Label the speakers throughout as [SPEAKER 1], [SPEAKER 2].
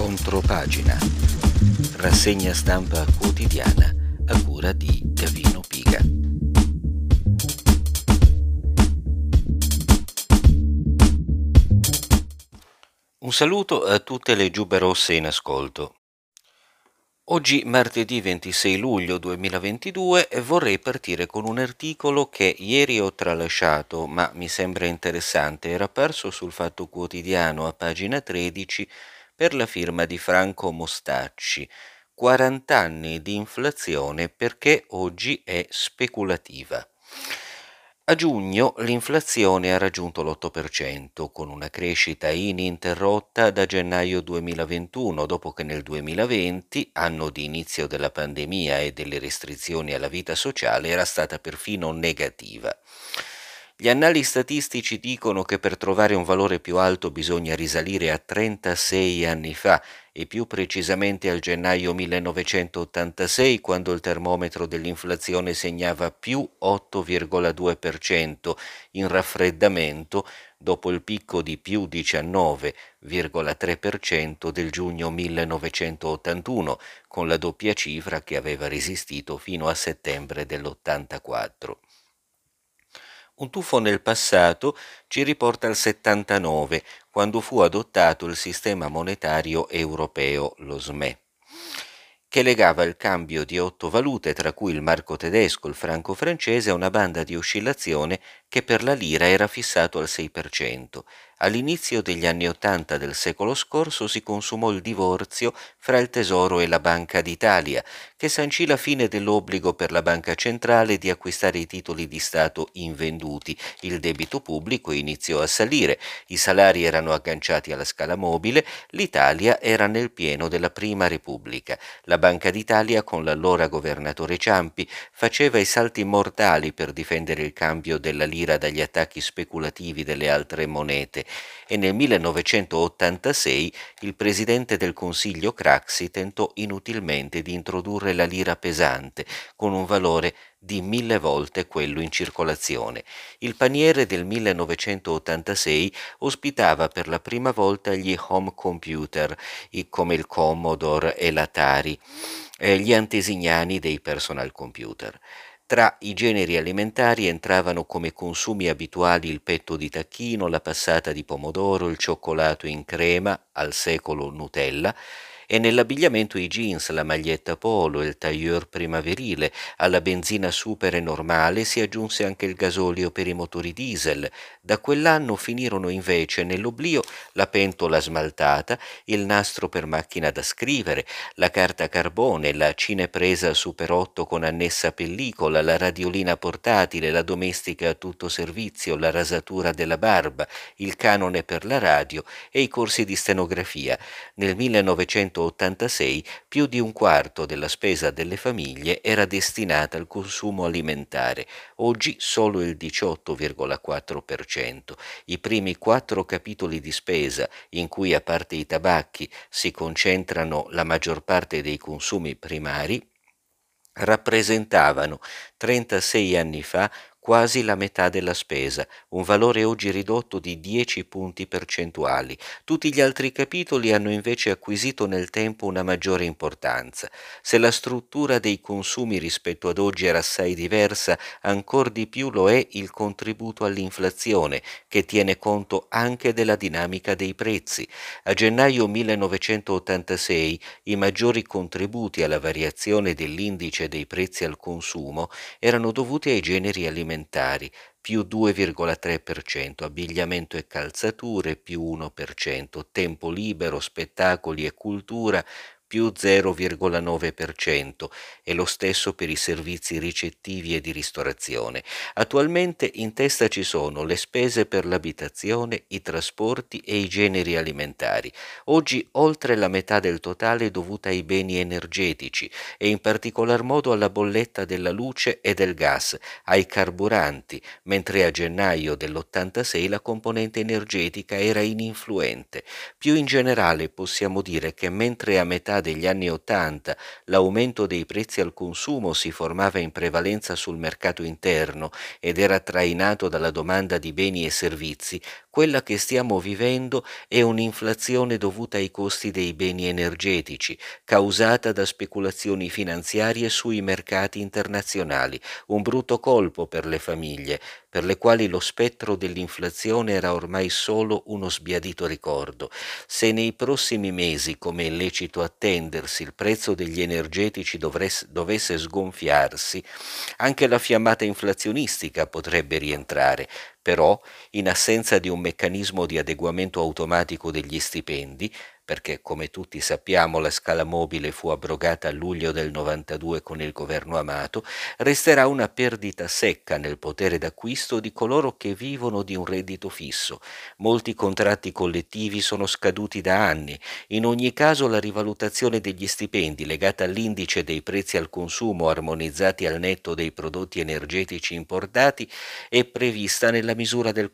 [SPEAKER 1] Controppagina, rassegna stampa quotidiana a cura di Gavino Piga. Un saluto a tutte le giubbe rosse in ascolto. Oggi, martedì 26 luglio 2022, vorrei partire con un articolo che ieri ho tralasciato, ma mi sembra interessante. Era apparso sul Fatto Quotidiano a pagina 13 per la firma di Franco Mostacci. 40 anni di inflazione perché oggi è speculativa. A giugno l'inflazione ha raggiunto l'8%, con una crescita ininterrotta da gennaio 2021, dopo che nel 2020, anno di inizio della pandemia e delle restrizioni alla vita sociale, era stata perfino negativa. Gli annali statistici dicono che per trovare un valore più alto bisogna risalire a 36 anni fa, e più precisamente al gennaio 1986, quando il termometro dell'inflazione segnava più 8,2% in raffreddamento, dopo il picco di più 19,3% del giugno 1981, con la doppia cifra che aveva resistito fino a settembre dell'84. Un tuffo nel passato ci riporta al 79, quando fu adottato il sistema monetario europeo, lo SME, che legava il cambio di 8 valute, tra cui il marco tedesco, il franco francese, a una banda di oscillazione che per la lira era fissato al 6%. All'inizio degli anni 80 del secolo scorso si consumò il divorzio fra il Tesoro e la Banca d'Italia, che sancì la fine dell'obbligo per la Banca Centrale di acquistare i titoli di Stato invenduti. Il debito pubblico iniziò a salire, i salari erano agganciati alla scala mobile, l'Italia era nel pieno della Prima Repubblica. La Banca d'Italia, con l'allora governatore Ciampi, faceva i salti mortali per difendere il cambio della lira dagli attacchi speculativi delle altre monete, e nel 1986 il presidente del Consiglio Craxi tentò inutilmente di introdurre la lira pesante, con un valore di 1000 volte quello in circolazione. Il paniere del 1986 ospitava per la prima volta gli home computer, come il Commodore e l'Atari, gli antesignani dei personal computer. Tra i generi alimentari entravano come consumi abituali il petto di tacchino, la passata di pomodoro, il cioccolato in crema, al secolo Nutella, e nell'abbigliamento i jeans, la maglietta polo, il tailleur primaverile. Alla benzina super e normale si aggiunse anche il gasolio per i motori diesel. Da quell'anno finirono invece nell'oblio la pentola smaltata, il nastro per macchina da scrivere, la carta carbone, la cinepresa Super 8 con annessa pellicola, la radiolina portatile, la domestica a tutto servizio, la rasatura della barba, il canone per la radio e i corsi di stenografia. Nel 1986 più di un quarto della spesa delle famiglie era destinata al consumo alimentare, oggi solo il 18,4%. I primi 4 capitoli di spesa, in cui a parte i tabacchi si concentrano la maggior parte dei consumi primari, rappresentavano 36 anni fa quasi la metà della spesa, un valore oggi ridotto di 10 punti percentuali. Tutti gli altri capitoli hanno invece acquisito nel tempo una maggiore importanza. Se la struttura dei consumi rispetto ad oggi era assai diversa, ancor di più lo è il contributo all'inflazione, che tiene conto anche della dinamica dei prezzi. A gennaio 1986 i maggiori contributi alla variazione dell'indice dei prezzi al consumo erano dovuti ai generi alimentari, più 2,3%, abbigliamento e calzature, più 1%, tempo libero, spettacoli e cultura, più 0,9%, e lo stesso per i servizi ricettivi e di ristorazione. Attualmente in testa ci sono le spese per l'abitazione, i trasporti e i generi alimentari. Oggi oltre la metà del totale è dovuta ai beni energetici e in particolar modo alla bolletta della luce e del gas, ai carburanti, mentre a gennaio dell'86 la componente energetica era ininfluente. Più in generale possiamo dire che mentre a metà degli anni 80 l'aumento dei prezzi al consumo si formava in prevalenza sul mercato interno ed era trainato dalla domanda di beni e servizi, Quella che stiamo vivendo è un'inflazione dovuta ai costi dei beni energetici, causata da speculazioni finanziarie sui mercati internazionali, un brutto colpo per le famiglie, per le quali lo spettro dell'inflazione era ormai solo uno sbiadito ricordo. Se nei prossimi mesi, come è lecito attendersi, il prezzo degli energetici dovesse sgonfiarsi, anche la fiammata inflazionistica potrebbe rientrare, però, in assenza di un meccanismo di adeguamento automatico degli stipendi, perché come tutti sappiamo la scala mobile fu abrogata a luglio del 92 con il governo Amato, resterà una perdita secca nel potere d'acquisto di coloro che vivono di un reddito fisso. Molti contratti collettivi sono scaduti da anni. In ogni caso la rivalutazione degli stipendi legata all'indice dei prezzi al consumo armonizzati al netto dei prodotti energetici importati è prevista nella misura del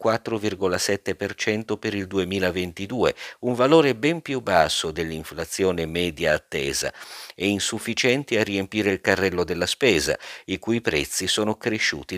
[SPEAKER 1] 4,7% per il 2022, un valore ben più basso dell'inflazione media attesa e insufficiente a riempire il carrello della spesa, i cui prezzi sono cresciuti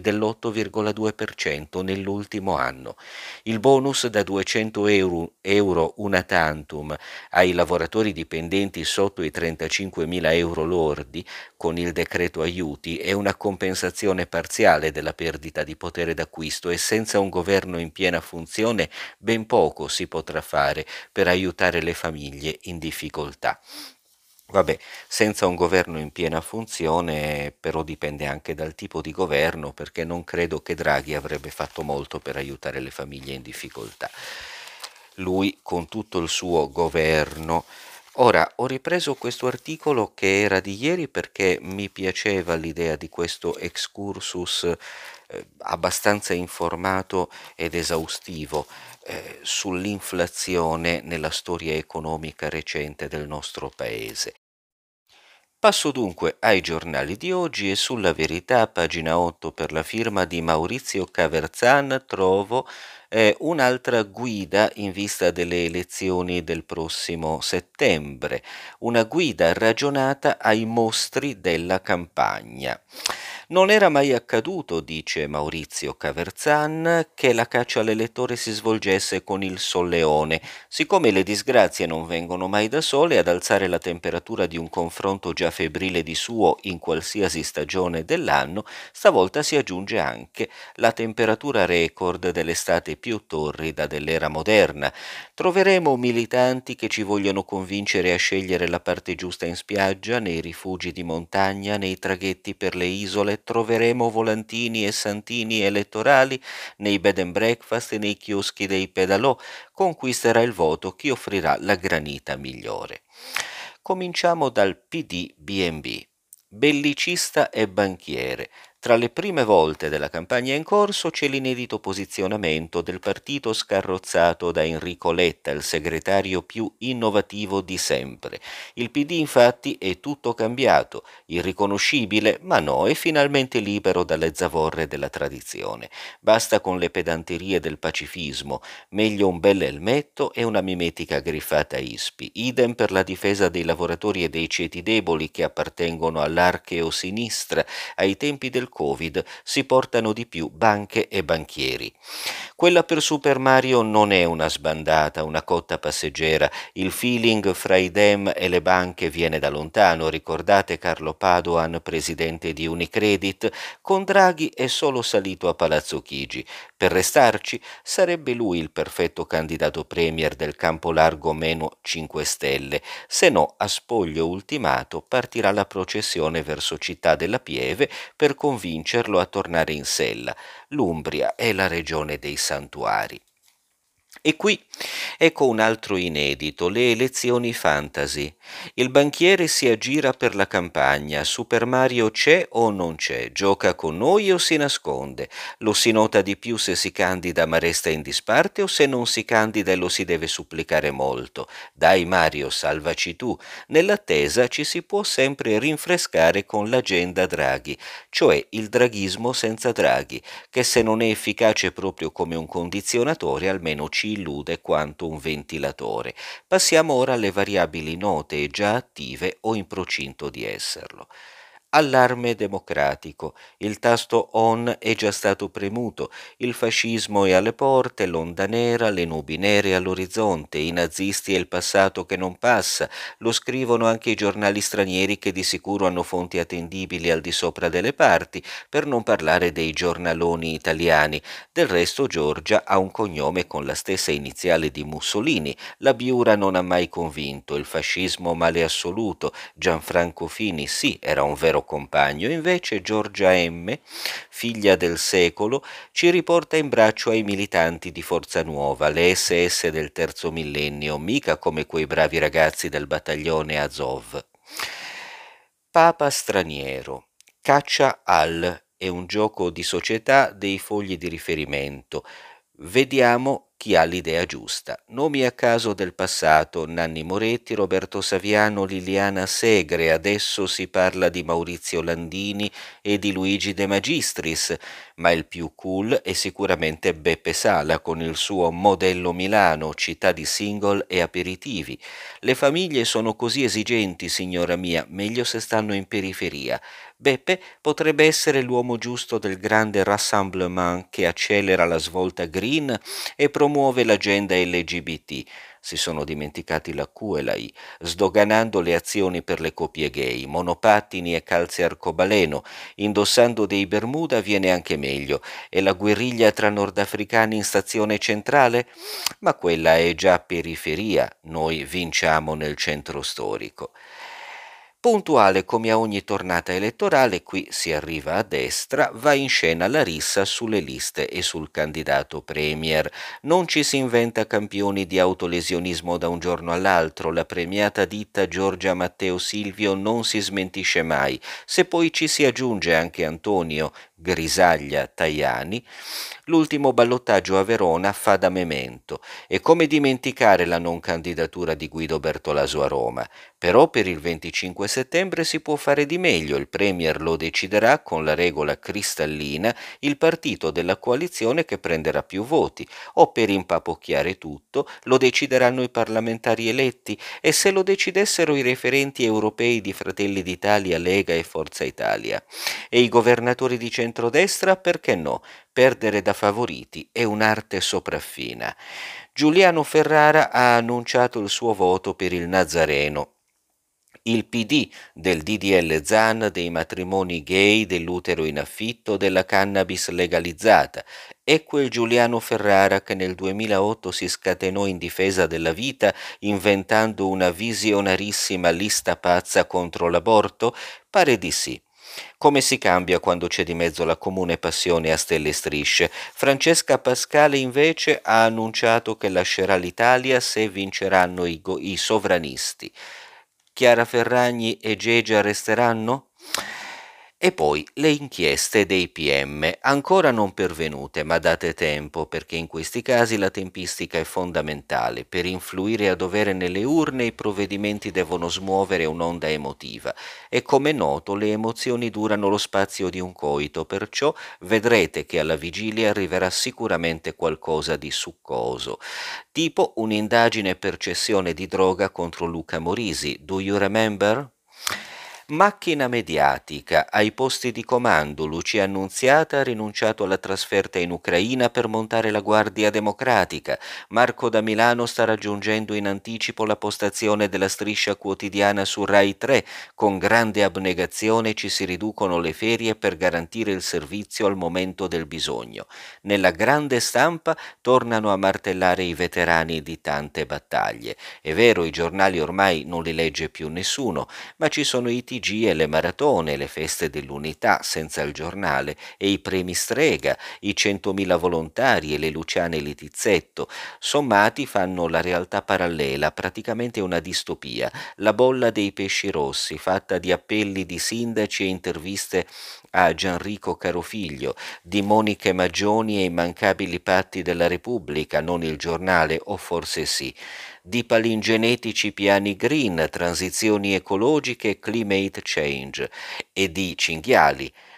[SPEAKER 1] dell'8,2% nell'ultimo anno. Il bonus da 200 euro una tantum ai lavoratori dipendenti sotto i 35.000 euro lordi con il decreto aiuti è una compensazione parziale della perdita di potere d'acquisto e senza un governo in piena funzione ben poco si potrà fare per aiutare le famiglie in difficoltà. Vabbè, senza un governo in piena funzione, però dipende anche dal tipo di governo, perché non credo che Draghi avrebbe fatto molto per aiutare le famiglie in difficoltà. Lui, con tutto il suo governo. Ora, ho ripreso questo articolo che era di ieri perché mi piaceva l'idea di questo excursus abbastanza informato ed esaustivo sull'inflazione nella storia economica recente del nostro paese. Passo dunque ai giornali di oggi e sulla Verità, pagina 8, per la firma di Maurizio Caverzan, trovo un'altra guida in vista delle elezioni del prossimo settembre, una guida ragionata ai mostri della campagna. Non era mai accaduto, dice Maurizio Caverzan, che la caccia all'elettore si svolgesse con il solleone. Siccome le disgrazie non vengono mai da sole, ad alzare la temperatura di un confronto già febbrile di suo in qualsiasi stagione dell'anno, stavolta si aggiunge anche la temperatura record dell'estate più torrida dell'era moderna. Troveremo militanti che ci vogliono convincere a scegliere la parte giusta in spiaggia, nei rifugi di montagna, nei traghetti per le isole, troveremo volantini e santini elettorali nei bed and breakfast e nei chioschi dei pedalò. Conquisterà il voto chi offrirà la granita migliore. Cominciamo dal PD BNB. Bellicista e banchiere. Tra le prime volte della campagna in corso c'è l'inedito posizionamento del partito scarrozzato da Enrico Letta, il segretario più innovativo di sempre. Il PD infatti è tutto cambiato, irriconoscibile, ma no, è finalmente libero dalle zavorre della tradizione. Basta con le pedanterie del pacifismo, meglio un bel elmetto e una mimetica griffata ISPI. Idem per la difesa dei lavoratori e dei ceti deboli che appartengono all'archeo-sinistra. Ai tempi del Covid si portano di più banche e banchieri. Quella per Super Mario non è una sbandata, una cotta passeggera. Il feeling fra i Dem e le banche viene da lontano. Ricordate Carlo Padoan, presidente di Unicredit? Con Draghi è solo salito a Palazzo Chigi. Per restarci, sarebbe lui il perfetto candidato premier del campo largo meno 5 Stelle. Se no, a spoglio ultimato, partirà la processione verso Città della Pieve per convincerlo a tornare in sella. L'Umbria è la regione dei santuari. E qui ecco un altro inedito, le elezioni fantasy. Il banchiere si aggira per la campagna, Super Mario c'è o non c'è, gioca con noi o si nasconde, lo si nota di più se si candida ma resta in disparte o se non si candida e lo si deve supplicare molto. Dai Mario, salvaci tu. Nell'attesa ci si può sempre rinfrescare con l'agenda Draghi, cioè il draghismo senza Draghi, che se non è efficace proprio come un condizionatore almeno ci illude quanto un ventilatore. Passiamo ora alle variabili note e già attive o in procinto di esserlo. Allarme democratico. Il tasto on è già stato premuto. Il fascismo è alle porte, l'onda nera, le nubi nere all'orizzonte, i nazisti e il passato che non passa. Lo scrivono anche i giornali stranieri che di sicuro hanno fonti attendibili al di sopra delle parti, per non parlare dei giornaloni italiani. Del resto Giorgia ha un cognome con la stessa iniziale di Mussolini. La Biura non ha mai convinto, il fascismo male assoluto. Gianfranco Fini sì, era un vero compagno, invece Giorgia M., figlia del secolo, ci riporta in braccio ai militanti di Forza Nuova, le SS del terzo millennio, mica come quei bravi ragazzi del battaglione Azov. Papa straniero. Caccia al è un gioco di società dei fogli di riferimento. Vediamo chi ha l'idea giusta. Nomi a caso del passato: Nanni Moretti, Roberto Saviano, Liliana Segre. Adesso si parla di Maurizio Landini e di Luigi De Magistris, ma il più cool è sicuramente Beppe Sala con il suo Modello Milano, città di single e aperitivi. Le famiglie sono così esigenti, signora mia, meglio se stanno in periferia. Beppe potrebbe essere l'uomo giusto del grande rassemblement che accelera la svolta green e promuove l'agenda LGBT. Si sono dimenticati la Q e la I, sdoganando le azioni per le coppie gay, monopattini e calze arcobaleno. Indossando dei Bermuda viene anche meglio. E la guerriglia tra nordafricani in stazione centrale? Ma quella è già periferia, noi vinciamo nel centro storico. Puntuale come a ogni tornata elettorale, qui si arriva a destra, va in scena la rissa sulle liste e sul candidato premier. Non ci si inventa campioni di autolesionismo da un giorno all'altro, la premiata ditta Giorgia Matteo Silvio non si smentisce mai. Se poi ci si aggiunge anche Antonio Grisaglia Tajani, l'ultimo ballottaggio a Verona fa da memento. E come dimenticare la non candidatura di Guido Bertolaso a Roma? Però per il 25 settembre si può fare di meglio, il Premier lo deciderà con la regola cristallina, il partito della coalizione che prenderà più voti, o per impapocchiare tutto lo decideranno i parlamentari eletti, e se lo decidessero i referenti europei di Fratelli d'Italia, Lega e Forza Italia. E i governatori di centrodestra, perché no? Perdere da favoriti è un'arte sopraffina. Giuliano Ferrara ha annunciato il suo voto per il Nazareno. Il PD del DDL Zan, dei matrimoni gay, dell'utero in affitto, della cannabis legalizzata. È quel Giuliano Ferrara che nel 2008 si scatenò in difesa della vita inventando una visionarissima lista pazza contro l'aborto? Pare di sì. Come si cambia quando c'è di mezzo la comune passione a stelle e strisce? Francesca Pascale invece ha annunciato che lascerà l'Italia se vinceranno i sovranisti. Chiara Ferragni e Gegia resteranno? E poi le inchieste dei PM, ancora non pervenute, ma date tempo, perché in questi casi la tempistica è fondamentale. Per influire a dovere nelle urne i provvedimenti devono smuovere un'onda emotiva e, come noto, le emozioni durano lo spazio di un coito, perciò vedrete che alla vigilia arriverà sicuramente qualcosa di succoso, tipo un'indagine per cessione di droga contro Luca Morisi. Do you remember? Macchina mediatica. Ai posti di comando Lucia Annunziata ha rinunciato alla trasferta in Ucraina per montare la Guardia Democratica. Marco da Milano sta raggiungendo in anticipo la postazione della striscia quotidiana su Rai 3. Con grande abnegazione ci si riducono le ferie per garantire il servizio al momento del bisogno. Nella grande stampa tornano a martellare i veterani di tante battaglie. È vero, i giornali ormai non li legge più nessuno, ma ci sono i TG e le maratone, le feste dell'unità senza il giornale e i premi strega, i 100.000 volontari e le Luciane Litizzetto. Sommati fanno la realtà parallela, praticamente una distopia, la bolla dei pesci rossi, fatta di appelli di sindaci e interviste a Gianrico Carofiglio, di Moniche Maggioni e immancabili patti della Repubblica, non il giornale, o forse sì, di palingenetici piani green, transizioni ecologiche e climate change, e di cinghiali,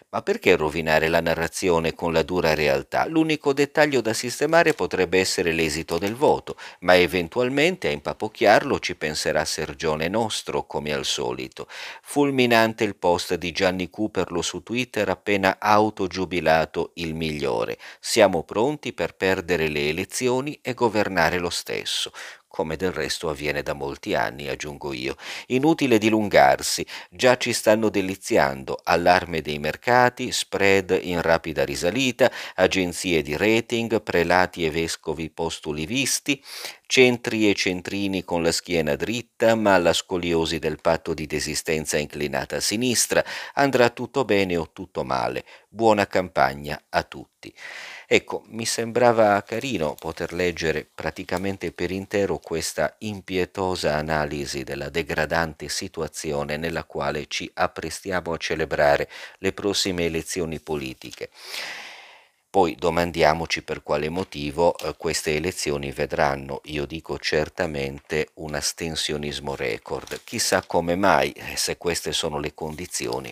[SPEAKER 1] Ma perché rovinare la narrazione con la dura realtà? L'unico dettaglio da sistemare potrebbe essere l'esito del voto, ma eventualmente a impapocchiarlo ci penserà Sergione Nostro, come al solito. Fulminante il post di Gianni Cooperlo su Twitter appena autogiubilato il migliore. Siamo pronti per perdere le elezioni e governare lo stesso. Come del resto avviene da molti anni, aggiungo io. Inutile dilungarsi, già ci stanno deliziando allarme dei mercati, spread in rapida risalita, agenzie di rating, prelati e vescovi postuli visti, centri e centrini con la schiena dritta, ma la scoliosi del patto di desistenza inclinata a sinistra. Andrà tutto bene o tutto male. Buona campagna a tutti. Ecco, mi sembrava carino poter leggere praticamente per intero questa impietosa analisi della degradante situazione nella quale ci apprestiamo a celebrare le prossime elezioni politiche. Poi domandiamoci per quale motivo queste elezioni vedranno, io dico certamente, un astensionismo record. Chissà come mai, se queste sono le condizioni.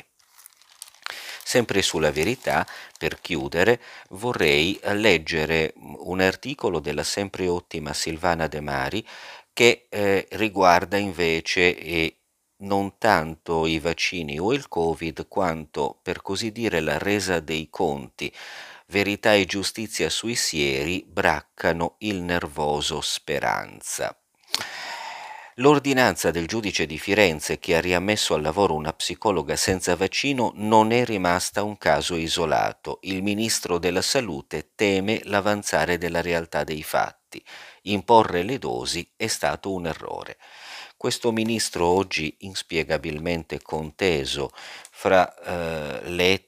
[SPEAKER 1] Sempre sulla Verità, per chiudere, vorrei leggere un articolo della sempre ottima Silvana De Mari che riguarda invece non tanto i vaccini o il Covid, quanto, per così dire, la resa dei conti. Verità e giustizia sui sieri braccano il nervoso Speranza. L'ordinanza del giudice di Firenze che ha riammesso al lavoro una psicologa senza vaccino non è rimasta un caso isolato. Il ministro della Salute teme l'avanzare della realtà dei fatti. Imporre le dosi è stato un errore. Questo ministro oggi inspiegabilmente conteso fra Letta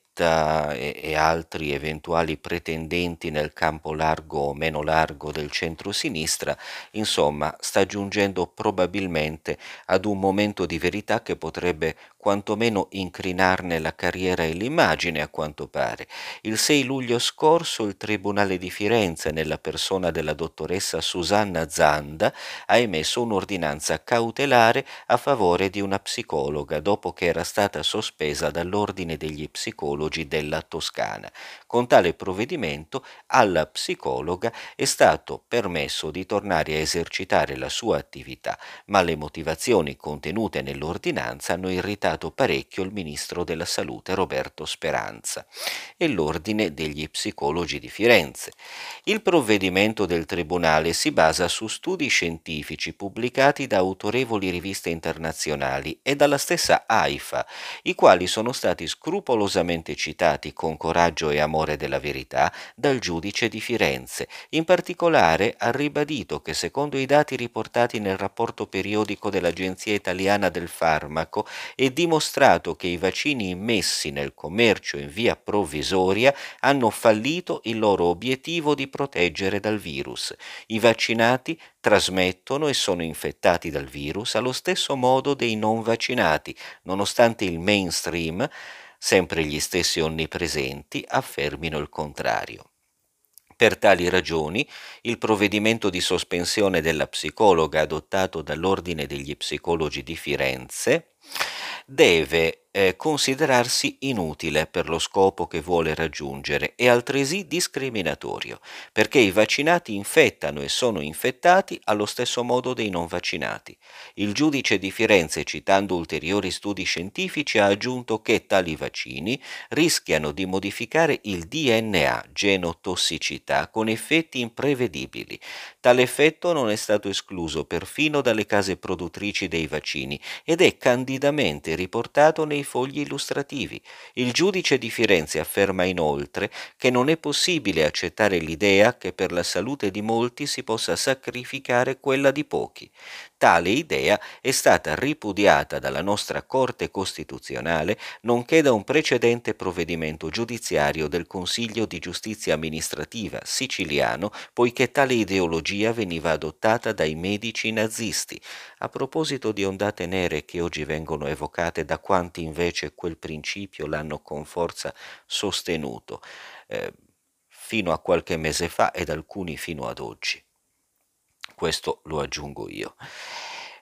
[SPEAKER 1] e altri eventuali pretendenti nel campo largo o meno largo del centro-sinistra, insomma, sta giungendo probabilmente ad un momento di verità che potrebbe quantomeno incrinarne la carriera e l'immagine, a quanto pare. Il 6 luglio scorso il Tribunale di Firenze, nella persona della dottoressa Susanna Zanda, ha emesso un'ordinanza cautelare a favore di una psicologa dopo che era stata sospesa dall'Ordine degli Psicologi della Toscana. Con tale provvedimento alla psicologa è stato permesso di tornare a esercitare la sua attività, ma le motivazioni contenute nell'ordinanza hanno irritato parecchio il ministro della Salute Roberto Speranza e l'Ordine degli Psicologi di Firenze. Il provvedimento del Tribunale si basa su studi scientifici pubblicati da autorevoli riviste internazionali e dalla stessa AIFA, i quali sono stati scrupolosamente citati con coraggio e amore della verità dal giudice di Firenze. In particolare ha ribadito che secondo i dati riportati nel rapporto periodico dell'Agenzia Italiana del Farmaco è dimostrato che i vaccini immessi nel commercio in via provvisoria hanno fallito il loro obiettivo di proteggere dal virus. I vaccinati trasmettono e sono infettati dal virus allo stesso modo dei non vaccinati, nonostante il mainstream, sempre gli stessi onnipresenti, affermino il contrario. Per tali ragioni, il provvedimento di sospensione della psicologa adottato dall'Ordine degli Psicologi di Firenze deve considerarsi inutile per lo scopo che vuole raggiungere e altresì discriminatorio, perché i vaccinati infettano e sono infettati allo stesso modo dei non vaccinati. Il giudice di Firenze, citando ulteriori studi scientifici, ha aggiunto che tali vaccini rischiano di modificare il DNA, genotossicità, con effetti imprevedibili. Tale effetto non è stato escluso perfino dalle case produttrici dei vaccini ed è candidamente riportato nei fogli illustrativi. Il giudice di Firenze afferma inoltre che non è possibile accettare l'idea che per la salute di molti si possa sacrificare quella di pochi. Tale idea è stata ripudiata dalla nostra Corte Costituzionale, nonché da un precedente provvedimento giudiziario del Consiglio di Giustizia Amministrativa siciliano, poiché tale ideologia veniva adottata dai medici nazisti. A proposito di ondate nere che oggi vengono evocate da quanti invece quel principio l'hanno con forza sostenuto, fino a qualche mese fa ed alcuni fino ad oggi. Questo lo aggiungo io.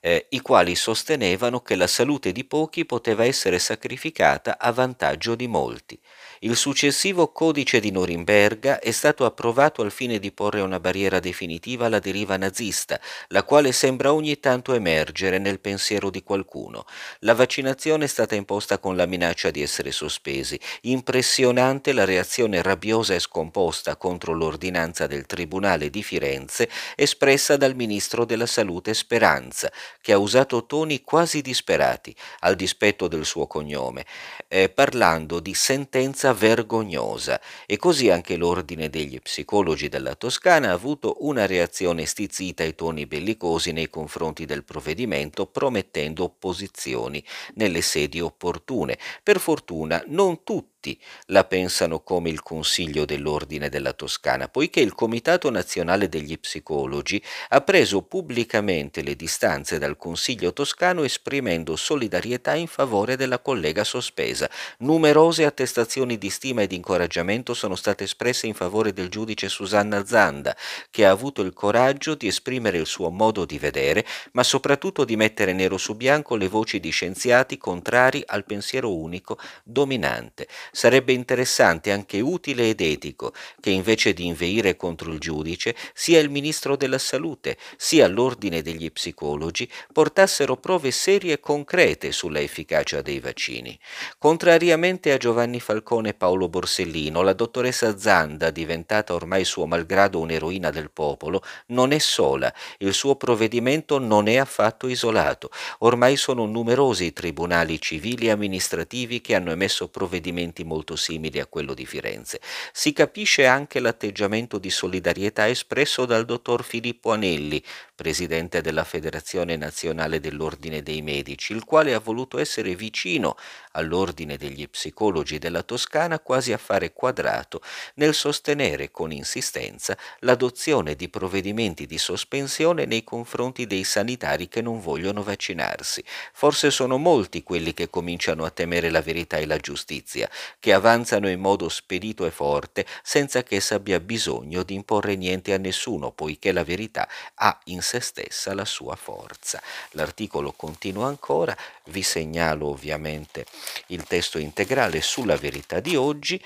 [SPEAKER 1] i quali sostenevano che la salute di pochi poteva essere sacrificata a vantaggio di molti. Il successivo Codice di Norimberga è stato approvato al fine di porre una barriera definitiva alla deriva nazista, la quale sembra ogni tanto emergere nel pensiero di qualcuno. La vaccinazione è stata imposta con la minaccia di essere sospesi. Impressionante la reazione rabbiosa e scomposta contro l'ordinanza del Tribunale di Firenze espressa dal ministro della Salute Speranza, che ha usato toni quasi disperati, al dispetto del suo cognome, parlando di sentenza vergognosa, e così anche l'Ordine degli Psicologi della Toscana ha avuto una reazione stizzita ai toni bellicosi nei confronti del provvedimento, promettendo opposizioni nelle sedi opportune. Per fortuna non tutti la pensano come il Consiglio dell'Ordine della Toscana, poiché il Comitato Nazionale degli Psicologi ha preso pubblicamente le distanze dal Consiglio toscano esprimendo solidarietà in favore della collega sospesa. Numerose attestazioni di stima e di incoraggiamento sono state espresse in favore del giudice Susanna Zanda, che ha avuto il coraggio di esprimere il suo modo di vedere, ma soprattutto di mettere nero su bianco le voci di scienziati contrari al pensiero unico dominante. Sarebbe interessante, anche utile ed etico, che invece di inveire contro il giudice, sia il Ministro della Salute, sia l'Ordine degli Psicologi portassero prove serie e concrete sulla efficacia dei vaccini. Contrariamente a Giovanni Falcone e Paolo Borsellino, la dottoressa Zanda, diventata ormai suo malgrado un'eroina del popolo, non è sola. Il suo provvedimento non è affatto isolato. Ormai sono numerosi i tribunali civili e amministrativi che hanno emesso provvedimenti molto simili a quello di Firenze. Si capisce anche l'atteggiamento di solidarietà espresso dal dottor Filippo Anelli, presidente della Federazione Nazionale dell'Ordine dei Medici, il quale ha voluto essere vicino all'Ordine degli Psicologi della Toscana quasi a fare quadrato nel sostenere con insistenza l'adozione di provvedimenti di sospensione nei confronti dei sanitari che non vogliono vaccinarsi. Forse sono molti quelli che cominciano a temere la verità e la giustizia, che avanzano in modo spedito e forte senza che essa abbia bisogno di imporre niente a nessuno, poiché la verità ha in se stessa la sua forza. L'articolo continua ancora, vi segnalo ovviamente il testo integrale sulla verità di oggi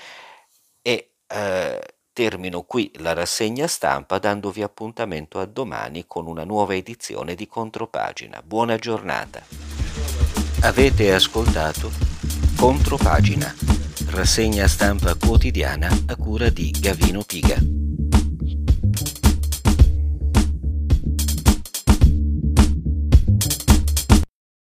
[SPEAKER 1] e termino qui la rassegna stampa dandovi appuntamento a domani con una nuova edizione di Contropagina. Buona giornata. Avete ascoltato Contropagina, rassegna stampa quotidiana a cura di Gavino Piga.